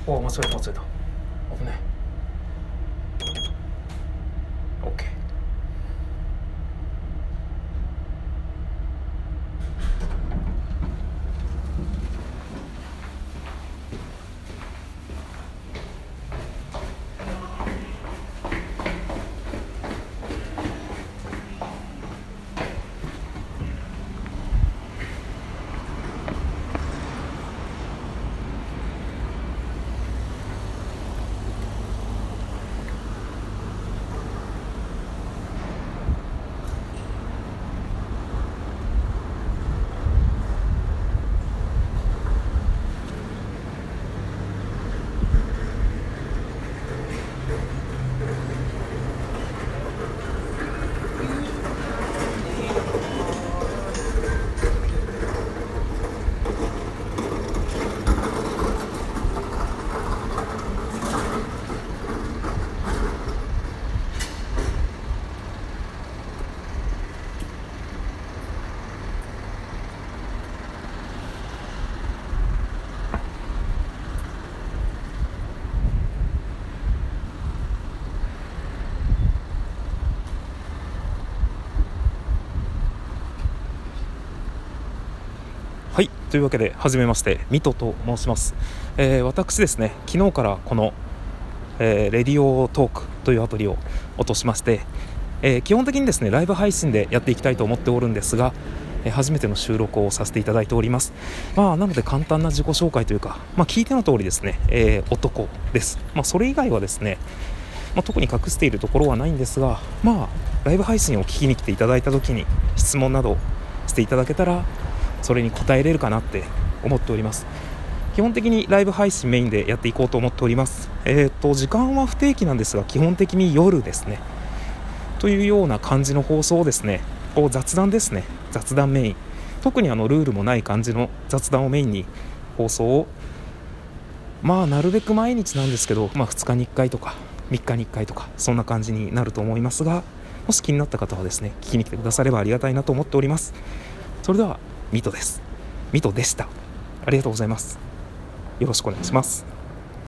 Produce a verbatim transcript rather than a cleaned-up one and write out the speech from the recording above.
おお、間違えた間違えた、危ねえ。 OK。 はい、というわけで初めまして、ミトと申します。えー、私ですね、昨日からこの、えー、レディオトークというアプリを落としまして、えー、基本的にですねライブ配信でやっていきたいと思っておるんですが、えー、初めての収録をさせていただいております。まあなので簡単な自己紹介というか、まあ、聞いての通りですね、えー、男です。まあ、それ以外はですね、まあ、特に隠しているところはないんですが、まあライブ配信を聞きに来ていただいた時に質問などしていただけたらそれに答えれるかなって思っております。基本的にライブ配信メインでやっていこうと思っております。えーと時間は不定期なんですが基本的に夜ですねというような感じの放送をですね、こう雑談ですね、雑談メイン、特にあのルールもない感じの雑談をメインに放送を、まあなるべく毎日なんですけど、まあ、ふつかにいっかいとかみっかにいっかいとかそんな感じになると思いますが、もし気になった方はですね聞きに来てくださればありがたいなと思っております。それではミトです。ミトでした。ありがとうございます。よろしくお願いします。